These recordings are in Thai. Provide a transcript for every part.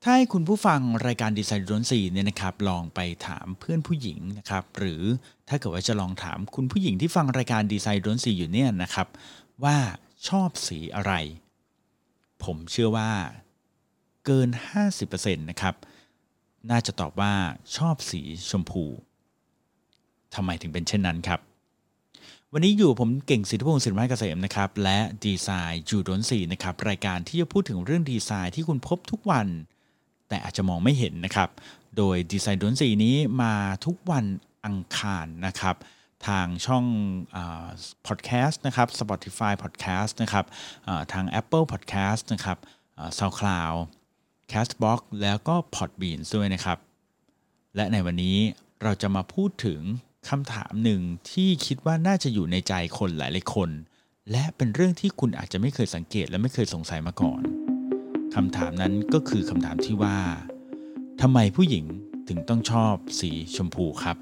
ถ้าให้คุณผู้ฟังรายการดีไซน์ล้วนสีเนี่ยนะครับลองไปถามเพื่อนผู้หญิงนะครับหรือถ้าเกิดว่าจะลองถามคุณผู้หญิงที่ฟังรายการดีไซน์ล้วนสีอยู่เนี่ยนะครับว่าชอบสีอะไรผมเชื่อว่าเกิน 50% นะครับน่าจะตอบว่าชอบสีชมพูทำไมถึงเป็นเช่นนั้นครับวันนี้อยู่ผมเก่งสิทธิพงศ์สิริมาเกษมนะครับและดีไซน์จูดล้วนสีนะครับรายการที่จะพูดถึงเรื่องดีไซน์ที่คุณพบทุกวันแต่อาจจะมองไม่เห็นนะครับโดยดีไซน์ล้วนสีนี้มาทุกวันอังคารนะครับทางช่องพอดแคสต์นะครับ Spotify Podcast นะครับทาง Apple Podcast นะครับSoundCloud Castbox แล้วก็ Podbean ด้วยนะครับและในวันนี้เราจะมาพูดถึงคำถามหนึ่งที่คิดว่าน่าจะอยู่ในใจคนหลายๆคนและเป็นเรื่องที่คุณอาจจะไม่เคยสังเกตและไม่เคยสงสัยมาก่อนคำถามนั้นก็คือคำถามที่ว่าทำไมผู้หญิงถึงต้องชอบสีชมพูครับ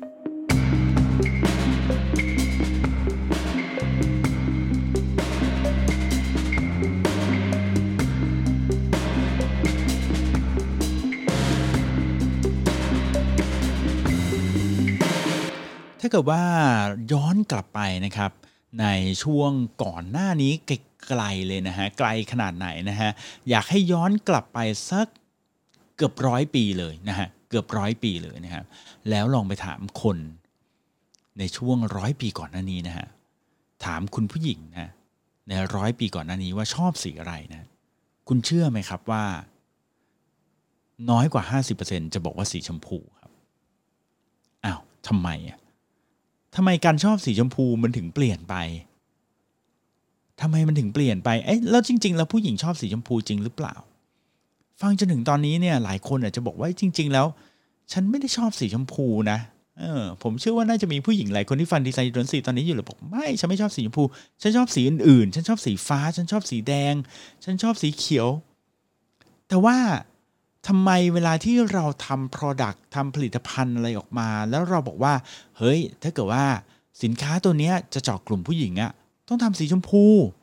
ถ้าเกิดว่าย้อนกลับไปนะครับในช่วงก่อนหน้านี้ไกลๆเลยนะฮะไกลขนาดไหนนะฮะอยากให้ย้อนกลับไปสักเกือบ100 ปีเลยนะฮะเกือบ100 ปีเลยนะครับแล้วลองไปถามคนในช่วง100 ปีก่อนหน้านี้นะฮะถามคุณผู้หญิงนะใน100 ปีก่อนหน้านี้ว่าชอบสีอะไรนะคุณเชื่อไหมครับว่าน้อยกว่า 50% จะบอกว่าสีชมพูครับอ้าวทำไมอ่ะ ทำไมการชอบสีชมพูมันถึงเปลี่ยนไป ทำไมมันถึงเปลี่ยนไปแล้วจริงๆแล้วผู้หญิงชอบสีชมพูจริงหรือเปล่า ฟังจนถึงตอนนี้เนี่ยหลายคนอาจจะบอกว่าจริงๆแล้วฉันไม่ได้ชอบสีชมพูนะผมเชื่อว่าน่าจะมีผู้หญิงหลายคนที่ฟังดีไซน์ดนตรีตอนนี้อยู่เลยบอกไม่ฉันไม่ชอบสีชมพูฉันชอบสีอื่นๆฉันชอบสีฟ้าฉันชอบสีแดงฉันชอบสีเขียวแต่ว่าทำไมเวลาที่เราทำ product ทำผลิตภัณฑ์อะไรออกมาแล้วเราบอกว่าเฮ้ยถ้าเกิดว่าสินค้าตัวนี้จะเจาะกลุ่มผู้หญิงอะต้องทำสีชมพู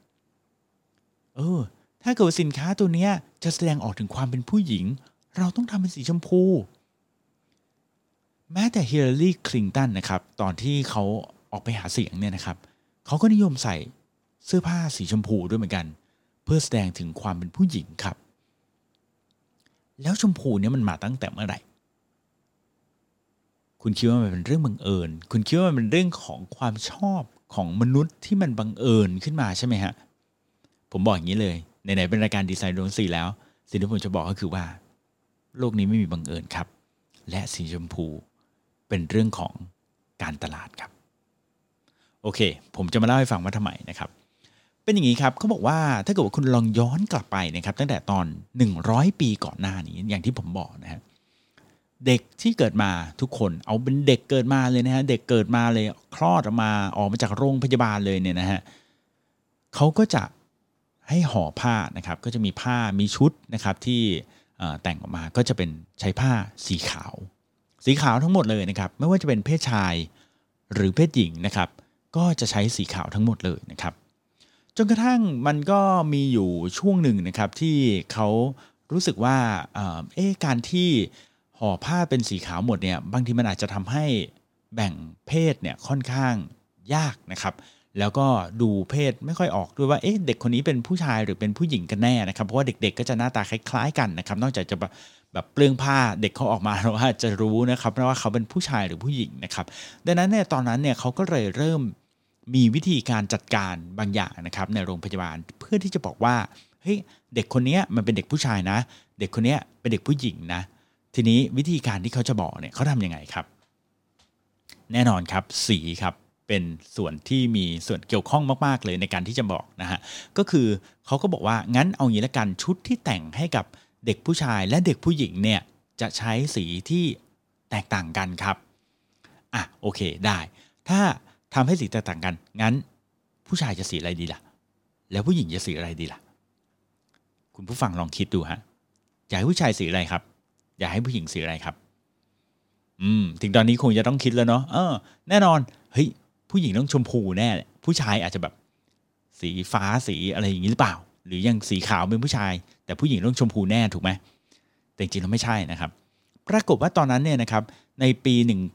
ถ้าเกิดสินค้าตัวนี้จะแสดงออกถึงความเป็นผู้หญิงเราต้องทำเป็นสีชมพูแม้แต่ฮิลลารีคลินตันนะครับตอนที่เขาออกไปหาเสียงเนี่ยนะครับเขาก็นิยมใส่เสื้อผ้าสีชมพูด้วยเหมือนกันเพื่อแสดงถึงความเป็นผู้หญิงครับแล้วชมพูเนี่ยมันมาตั้งแต่เมื่อไหร่คุณคิดว่ามันเป็นเรื่องบังเอิญคุณคิดว่ามันเป็นเรื่องของความชอบของมนุษย์ที่มันบังเอิญขึ้นมาใช่ไหมฮะผมบอกอย่างนี้เลยไหนๆเป็นรายการดีไซน์ดวงสีแล้วสิ่งที่ผมจะบอกก็คือว่าโลกนี้ไม่มีบังเอิญครับและสีชมพูเป็นเรื่องของการตลาดครับโอเคผมจะมาเล่าให้ฟังว่าทำไมนะครับเป็นอย่างนี้ครับเขาบอกว่าถ้าเกิดว่าคุณลองย้อนกลับไปนะครับตั้งแต่ตอน100 ปีก่อนหน้านี้อย่างที่ผมบอกนะฮะเด็กที่เกิดมาทุกคนเอาเป็นเด็กเกิดมาเลยนะฮะเด็กเกิดมาเลยคลอดออกมาจากโรงพยาบาลเลยเนี่ยนะฮะเขาก็จะให้ห่อผ้านะครับก็จะมีผ้ามีชุดนะครับที่แต่งออกมาก็จะเป็นใช้ผ้าสีขาวทั้งหมดเลยนะครับไม่ว่าจะเป็นเพศชายหรือเพศหญิงนะครับก็จะใช้สีขาวทั้งหมดเลยนะครับจนกระทั่งมันก็มีอยู่ช่วงหนึ่งนะครับที่เขารู้สึกว่าการที่ห่อผ้าเป็นสีขาวหมดเนี่ยบางทีมันอาจจะทำให้แบ่งเพศเนี่ยค่อนข้างยากนะครับแล้วก็ดูเพศไม่ค่อยออกด้วยว่าเด็กคนนี้เป็นผู้ชายหรือเป็นผู้หญิงกันแน่นะครับเพราะว่าเด็กๆก็จะหน้าตาคล้ายๆกันนะครับนอกจากจะแบบเปลื้องผ้าเด็กเขาออกมาเราว่าจะรู้นะครับว่าเขาเป็นผู้ชายหรือผู้หญิงนะครับดังนั้นเนี่ยตอนนั้นเนี่ยเขาก็เลยเริ่มมีวิธีการจัดการบางอย่างนะครับในโรงพยาบาลเพื่อที่จะบอกว่าเฮ้ยเด็กคนนี้มันเป็นเด็กผู้ชายนะเด็กคนนี้เป็นเด็กผู้หญิงนะทีนี้วิธีการที่เขาจะบอกเนี่ยเขาทำยังไงครับแน่นอนครับสีครับเป็นส่วนที่มีส่วนเกี่ยวข้องมากๆเลยในการที่จะบอกนะฮะก็คือเขาก็บอกว่างั้นเอางี้ละกันชุดที่แต่งให้กับเด็กผู้ชายและเด็กผู้หญิงเนี่ยจะใช้สีที่แตกต่างกันครับโอเคได้ถ้าทำให้สีแตกต่างกันงั้นผู้ชายจะสีอะไรดีล่ะแล้วผู้หญิงจะสีอะไรดีล่ะคุณผู้ฟังลองคิดดูฮะอยากให้ผู้ชายสีอะไรครับอยากให้ผู้หญิงสีอะไรครับถึงตอนนี้คงจะต้องคิดแล้วเนาะแน่นอนเฮ้ยผู้หญิงต้องชมพูแน่ผู้ชายอาจจะแบบสีฟ้าสีอะไรอย่างนี้หรือเปล่าหรือยังสีขาวเป็นผู้ชายแต่ผู้หญิงต้องชมพูแน่ถูกไหมแต่จริงๆแล้วไม่ใช่นะครับปรากฏว่าตอนนั้นเนี่ยนะครับในปี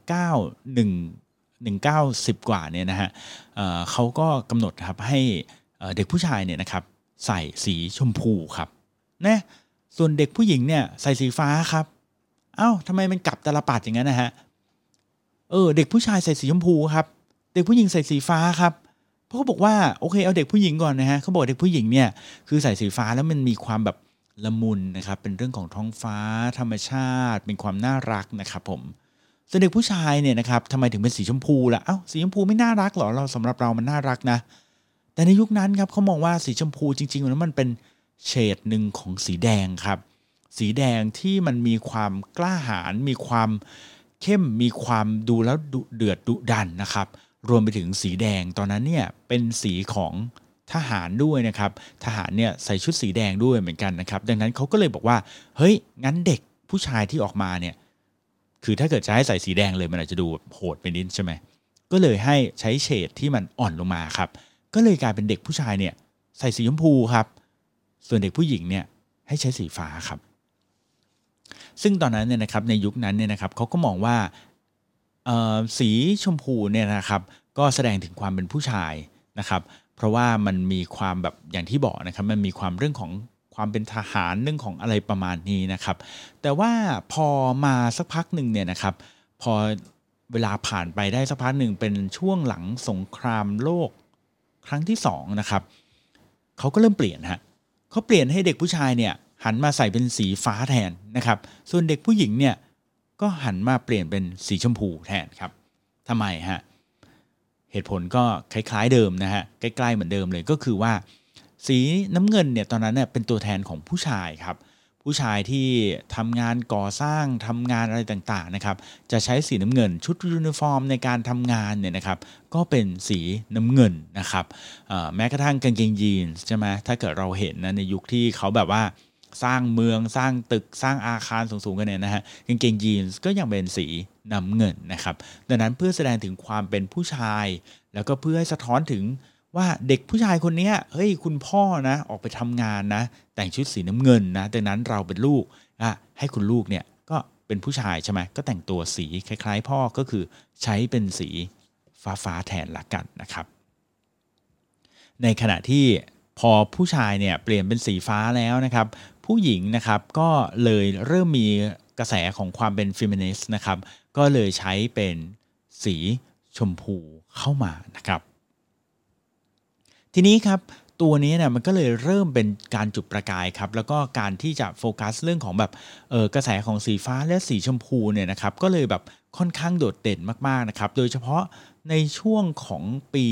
1910กว่าเนี่ยนะฮะเขาก็กำหนดครับให้เด็กผู้ชายเนี่ยนะครับใส่สีชมพูครับนะส่วนเด็กผู้หญิงเนี่ยใส่สีฟ้าครับเอ้าทำไมมันกลับตาลปัดอย่างนั้นนะฮะเด็กผู้ชายใส่สีชมพูครับเด็กผู้หญิงใส่สีฟ้าครับเพราะเขาบอกว่าโอเคเอาเด็กผู้หญิงก่อนนะฮะเขาบอกเด็กผู้หญิงเนี่ยคือใส่สีฟ้าแล้วมันมีความแบบละมุนนะครับเป็นเรื่องของท้องฟ้าธรรมชาติเป็นความน่ารักนะครับผมส่วนเด็กผู้ชายเนี่ยนะครับทำไมถึงเป็นสีชมพูล่ะเอ้าสีชมพูไม่น่ารักหรอเราสำหรับเรามันน่ารักนะแต่ในยุคนั้นครับเขามองว่าสีชมพูจริงๆแล้วมันเป็นเฉดหนึ่งของสีแดงครับสีแดงที่มันมีความกล้าหาญมีความเข้มมีความดูแล้วดุเดือดดุดันนะครับรวมไปถึงสีแดงตอนนั้นเนี่ยเป็นสีของทหารด้วยนะครับทหารเนี่ยใส่ชุดสีแดงด้วยเหมือนกันนะครับดังนั้นเขาก็เลยบอกว่าเฮ้ยงั้นเด็กผู้ชายที่ออกมาเนี่ยคือถ้าเกิดจะให้ใส่สีแดงเลยมันอาจจะดูโหดไปนิดใช่ไหมก็เลยให้ใช้เฉดที่มันอ่อนลงมาครับก็เลยกลายเป็นเด็กผู้ชายเนี่ยใส่สีชมพูครับส่วนเด็กผู้หญิงเนี่ยให้ใช้สีฟ้าครับซึ่งตอนนั้นเนี่ยนะครับในยุคนั้นเนี่ยนะครับเขาก็มองว่าสีชมพูเนี่ยนะครับก็แสดงถึงความเป็นผู้ชายนะครับเพราะว่ามันมีความแบบอย่างที่บอกนะครับมันมีความเรื่องของความเป็นทหารเรื่องของอะไรประมาณนี้นะครับแต่ว่าพอมาสักพักหนึ่งเนี่ยนะครับพอเวลาผ่านไปได้สักพักหนึ่งเป็นช่วงหลังสงครามโลกครั้งที่2นะครับเขาก็เริ่มเปลี่ยนฮะเขาเปลี่ยนให้เด็กผู้ชายเนี่ยหันมาใส่เป็นสีฟ้าแทนนะครับส่วนเด็กผู้หญิงเนี่ยก็หันมาเปลี่ยนเป็นสีชมพูแทนครับทำไมฮะเหตุผลก็คล้ายๆเดิมนะฮะใกล้ๆเหมือนเดิมเลยก็คือว่าสีน้ำเงินเนี่ยตอนนั้นเนี่ยเป็นตัวแทนของผู้ชายครับผู้ชายที่ทำงานก่อสร้างทำงานอะไรต่างๆนะครับจะใช้สีน้ำเงินชุดยูนิฟอร์มในการทำงานเนี่ยนะครับก็เป็นสีน้ำเงินนะครับแม้กระทั่งกางเกงยีนส์ใช่ไหมถ้าเกิดเราเห็นนะในยุคที่เขาแบบว่าสร้างเมืองสร้างตึกสร้างอาคารสูงๆกันเนี่ยนะฮะกางเกงยีนส์ก็ยังเป็นสีน้ำเงินนะครับดังนั้นเพื่อแสดงถึงความเป็นผู้ชายแล้วก็เพื่อให้สะท้อนถึงว่าเด็กผู้ชายคนนี้เฮ้ยคุณพ่อนะออกไปทำงานนะแต่งชุดสีน้ำเงินนะดังนั้นเราเป็นลูกให้คุณลูกเนี่ยก็เป็นผู้ชายใช่ไหมก็แต่งตัวสีคล้ายๆพ่อก็คือใช้เป็นสีฟ้าแทนละกันนะครับในขณะที่พอผู้ชายเนี่ยเปลี่ยนเป็นสีฟ้าแล้วนะครับผู้หญิงนะครับก็เลยเริ่มมีกระแสของความเป็นฟีมินิสต์นะครับก็เลยใช้เป็นสีชมพูเข้ามานะครับทีนี้ครับตัวนี้เนี่ยมันก็เลยเริ่มเป็นการจุดประกายครับแล้วก็การที่จะโฟกัสเรื่องของแบบกระแสของสีฟ้าและสีชมพูเนี่ยนะครับก็เลยแบบค่อนข้างโดดเด่นมากๆนะครับโดยเฉพาะในช่วงของปี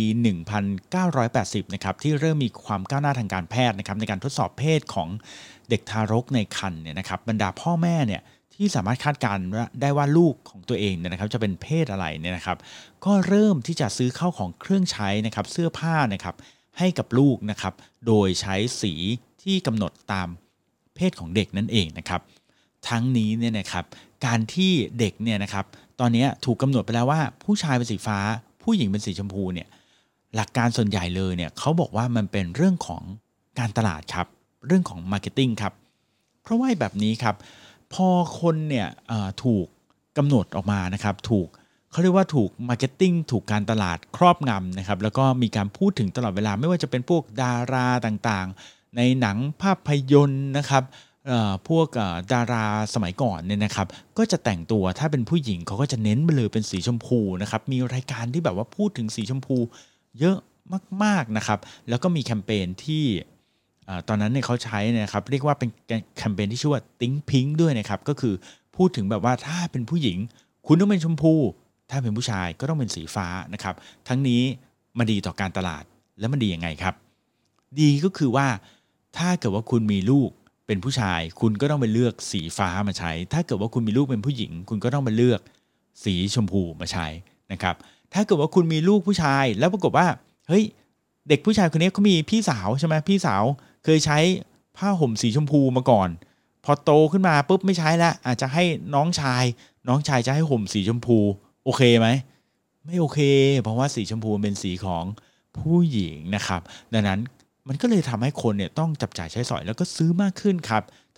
1980นะครับที่เริ่มมีความก้าวหน้าทางการแพทย์นะครับในการทดสอบเพศของเด็กทารกในครรภ์เนี่ยนะครับบรรดาพ่อแม่เนี่ยที่สามารถคาดการณ์ได้ว่าลูกของตัวเองเนี่ยนะครับจะเป็นเพศอะไรเนี่ยนะครับก็เริ่มที่จะซื้อเข้าของเครื่องใช้นะครับเสื้อผ้านะครับให้กับลูกนะครับโดยใช้สีที่กำหนดตามเพศของเด็กนั่นเองนะครับทั้งนี้เนี่ยนะครับการที่เด็กเนี่ยนะครับตอนนี้ถูกกำหนดไปแล้วว่าผู้ชายเป็นสีฟ้าผู้หญิงเป็นสีชมพูเนี่ยหลักการส่วนใหญ่เลยเนี่ยเขาบอกว่ามันเป็นเรื่องของการตลาดครับเรื่องของมาร์เก็ตติ้งครับเพราะว่าแบบนี้ครับพอคนเนี่ยถูกกำหนดออกมานะครับถูกเขาเรียกว่าถูกมาร์เก็ตติ้งถูกการตลาดครอบงำนะครับแล้วก็มีการพูดถึงตลอดเวลาไม่ว่าจะเป็นพวกดาราต่างๆในหนังภาพยนตร์นะครับพวกดาราสมัยก่อนเนี่ยนะครับก็จะแต่งตัวถ้าเป็นผู้หญิงเขาก็จะเน้นไปเลยเป็นสีชมพูนะครับมีรายการที่แบบว่าพูดถึงสีชมพูเยอะมากๆนะครับแล้วก็มีแคมเปญที่ตอนนั้นเนี่ยเขาใช้นะครับเรียกว่าเป็นแคมเปญที่ชื่อว่า Think Pink ด้วยนะครับก็คือพูดถึงแบบว่าถ้าเป็นผู้หญิงคุณต้องเป็นชมพูถ้าเป็นผู้ชายก็ต้องเป็นสีฟ้านะครับทั้งนี้มันดีต่อการตลาดแล้วมันดียังไงครับดีก็คือว่าถ้าเกิดว่าคุณมีลูกเป็นผู้ชายคุณก็ต้องไปเลือกสีฟ้ามาใช้ถ้าเกิดว่าคุณมีลูกเป็นผู้หญิงคุณก็ต้องไปเลือกสีชมพูมาใช้นะครับถ้าเกิดว่าคุณมีลูกผู้ชายแล้วปรากฏว่าเฮ้ยเด็กผู้ชายคนนี้เขามีพี่สาวใช่ไหมพี่สาวเคยใช้ผ้าห่มสีชมพูมาก่อนพอโตขึ้นมาปุ๊บไม่ใช้แล้วอาจจะให้น้องชายจะให้ห่มสีชมพูโอเคไหมไม่โอเคเพราะว่าสีชมพูเป็นสีของผู้หญิงนะครับดังนั้นมันก็เลยทำให้คนเนี่ยต้องจับจ่ายใช้สอยแล้วก็ซื้อมากขึ้นครับ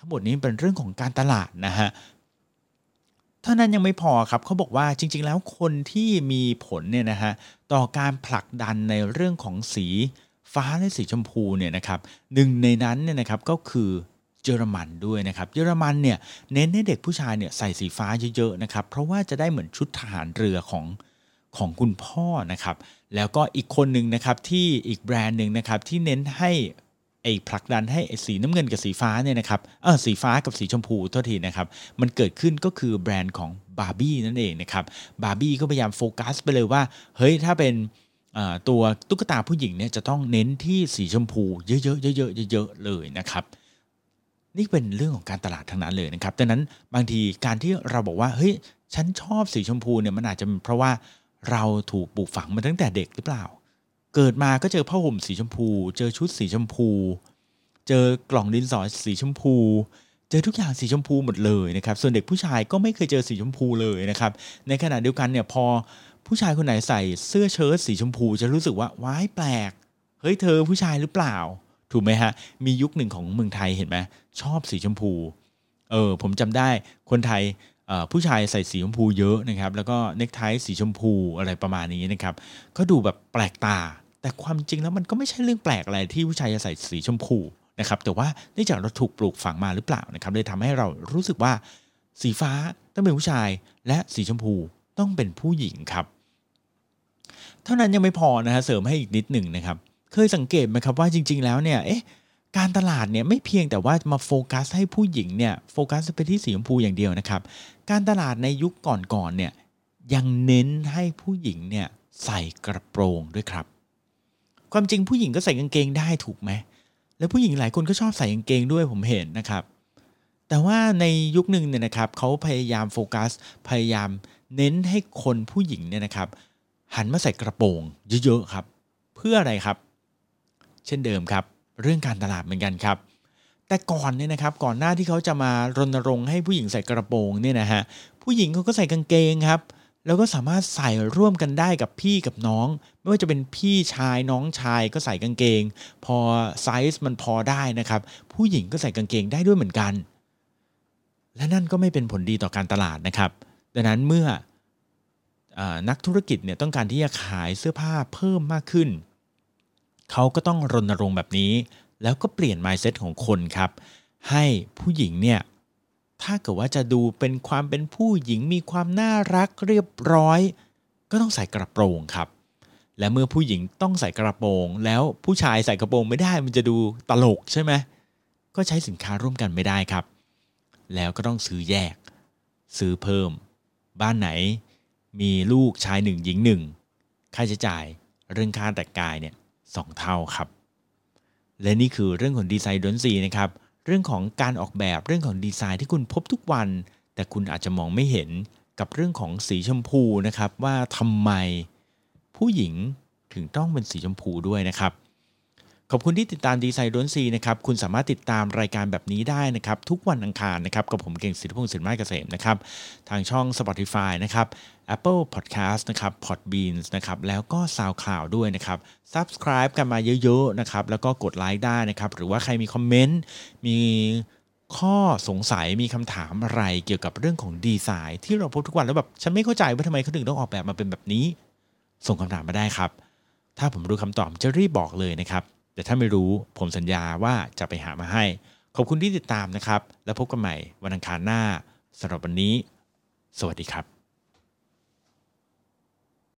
ทั้งหมดนี้เป็นเรื่องของการตลาดนะฮะเท่านั้นยังไม่พอครับเขาบอกว่าจริงๆแล้วคนที่มีผลเนี่ยนะฮะต่อการผลักดันในเรื่องของสีฟ้าและสีชมพูเนี่ยนะครับหนึ่งในนั้นเนี่ยนะครับก็คือเยอรมันด้วยนะครับเยอรมันเนี่ยเน้นให้เด็กผู้ชายเนี่ยใส่สีฟ้าเยอะๆนะครับเพราะว่าจะได้เหมือนชุดทหารเรือของคุณพ่อนะครับแล้วก็อีกคนหนึ่งนะครับที่อีกแบรนด์หนึ่งนะครับที่เน้นให้ผลักดันให้สีน้ำเงินกับสีฟ้าเนี่ยนะครับสีฟ้ากับสีชมพูโทษทีนะครับมันเกิดขึ้นก็คือแบรนด์ของบาร์บี้นั่นเองนะครับบาร์บี้ก็พยายามโฟกัสไปเลยว่าเฮ้ยถ้าเป็นตัวตุ๊กตาผู้หญิงเนี่ยจะต้องเน้นที่สีชมพูเยอะๆเยอะๆเยอะๆเลยนะครับนี่เป็นเรื่องของการตลาดทั้งนั้นเลยนะครับดังนั้นบางทีการที่เราบอกว่าเฮ้ยฉันชอบสีชมพูเนี่ยมันอาจจะเป็นเพราะว่าเราถูกปลูกฝังมาตั้งแต่เด็กหรือเปล่าเกิดมาก็เจอผ้าห่มสีชมพูเจอชุดสีชมพูเจอกล่องดินสอสีชมพูเจอทุกอย่างสีชมพูหมดเลยนะครับส่วนเด็กผู้ชายก็ไม่เคยเจอสีชมพูเลยนะครับในขณะเดียวกันเนี่ยพอผู้ชายคนไหนใส่เสื้อเชิ้ตสีชมพูจะรู้สึกว่าว้ายแปลกเฮ้ยเธอผู้ชายหรือเปล่าถูกไหมฮะมียุคหนึ่งของเมืองไทยเห็นไหมชอบสีชมพูผมจำได้คนไทยผู้ชายใส่สีชมพูเยอะนะครับแล้วก็เนคไทสีชมพูอะไรประมาณนี้นะครับก็ดูแบบแปลกตาแต่ความจริงแล้วมันก็ไม่ใช่เรื่องแปลกอะไรที่ผู้ชายจะใส่สีชมพูนะครับแต่ว่าเนื่องจากเราถูกปลูกฝังมาหรือเปล่านะครับเลยทำให้เรารู้สึกว่าสีฟ้าต้องเป็นผู้ชายและสีชมพูต้องเป็นผู้หญิงครับเท่านั้นยังไม่พอนะฮะเสริมให้อีกนิดหนึ่งนะครับเคยสังเกตไหมครับว่าจริงๆแล้วเนี่ยการตลาดเนี่ยไม่เพียงแต่ว่ามาโฟกัสให้ผู้หญิงเนี่ยโฟกัสไปที่สีชมพูอย่างเดียวนะครับการตลาดในยุคก่อนๆเนี่ยยังเน้นให้ผู้หญิงเนี่ยใส่กระโปรงด้วยครับความจริงผู้หญิงก็ใส่กางเกงได้ถูกไหมแล้วผู้หญิงหลายคนก็ชอบใส่กางเกงด้วยผมเห็นนะครับแต่ว่าในยุคนึงเนี่ยนะครับเขาพยายามโฟกัสพยายามเน้นให้คนผู้หญิงเนี่ยนะครับหันมาใส่กระโปรงเยอะๆครับเพื่ออะไรครับเช่นเดิมครับเรื่องการตลาดเหมือนกันครับแต่ก่อนเนี่ยนะครับก่อนหน้าที่เขาจะมารณรงค์ให้ผู้หญิงใส่กระโปรงเนี่ยนะฮะผู้หญิงเขาก็ใส่กางเกงครับแล้วก็สามารถใส่ร่วมกันได้กับพี่กับน้องไม่ว่าจะเป็นพี่ชายน้องชายก็ใส่กางเกงพอไซส์มันพอได้นะครับผู้หญิงก็ใส่กางเกงได้ด้วยเหมือนกันและนั่นก็ไม่เป็นผลดีต่อการตลาดนะครับดังนั้นเมื่อนักธุรกิจเนี่ยต้องการที่จะขายเสื้อผ้าเพิ่มมากขึ้นเขาก็ต้องรณรงค์แบบนี้แล้วก็เปลี่ยน mindset ของคนครับให้ผู้หญิงเนี่ยถ้าเกิดว่าจะดูเป็นความเป็นผู้หญิงมีความน่ารักเรียบร้อยก็ต้องใส่กระโปรงครับและเมื่อผู้หญิงต้องใส่กระโปรงแล้วผู้ชายใส่กระโปรงไม่ได้มันจะดูตลกใช่ไหมก็ใช้สินค้าร่วมกันไม่ได้ครับแล้วก็ต้องซื้อแยกซื้อเพิ่มบ้านไหนมีลูกชาย1หญิง1ค่าใช้จ่ายเรื่องค่าแต่งกายเนี่ย2เท่าครับและนี่คือเรื่องของดีไซน์ดนตรีนะครับเรื่องของการออกแบบเรื่องของดีไซน์ที่คุณพบทุกวันแต่คุณอาจจะมองไม่เห็นกับเรื่องของสีชมพูนะครับว่าทำไมผู้หญิงถึงต้องเป็นสีชมพูด้วยนะครับขอบคุณที่ติดตามดีไซน์ดนตรีนะครับคุณสามารถติดตามรายการแบบนี้ได้นะครับทุกวันอังคารนะครับกับผมเก่งศิริพงศ์สินไม้เกษมนะครับทางช่อง Spotify นะครับ Apple Podcast นะครับ Podbean นะครับแล้วก็ SoundCloud ด้วยนะครับ Subscribe กันมาเยอะๆนะครับแล้วก็กดไลค์ได้นะครับหรือว่าใครมีคอมเมนต์มีข้อสงสัยมีคำถามอะไรเกี่ยวกับเรื่องของดีไซน์ที่เราพบทุกวันแล้วแบบฉันไม่เข้าใจว่าทำไมเขาถึงต้องออกแบบมาเป็นแบบนี้ส่งคำถามมาได้ครับถ้าผมรู้คำตอบจะรีบบอกเลยนะครับแต่ถ้าไม่รู้ผมสัญญาว่าจะไปหามาให้ขอบคุณที่ติดตามนะครับแล้วพบกันใหม่วันอังคารหน้าสำหรับวันนี้สวัสดีครับ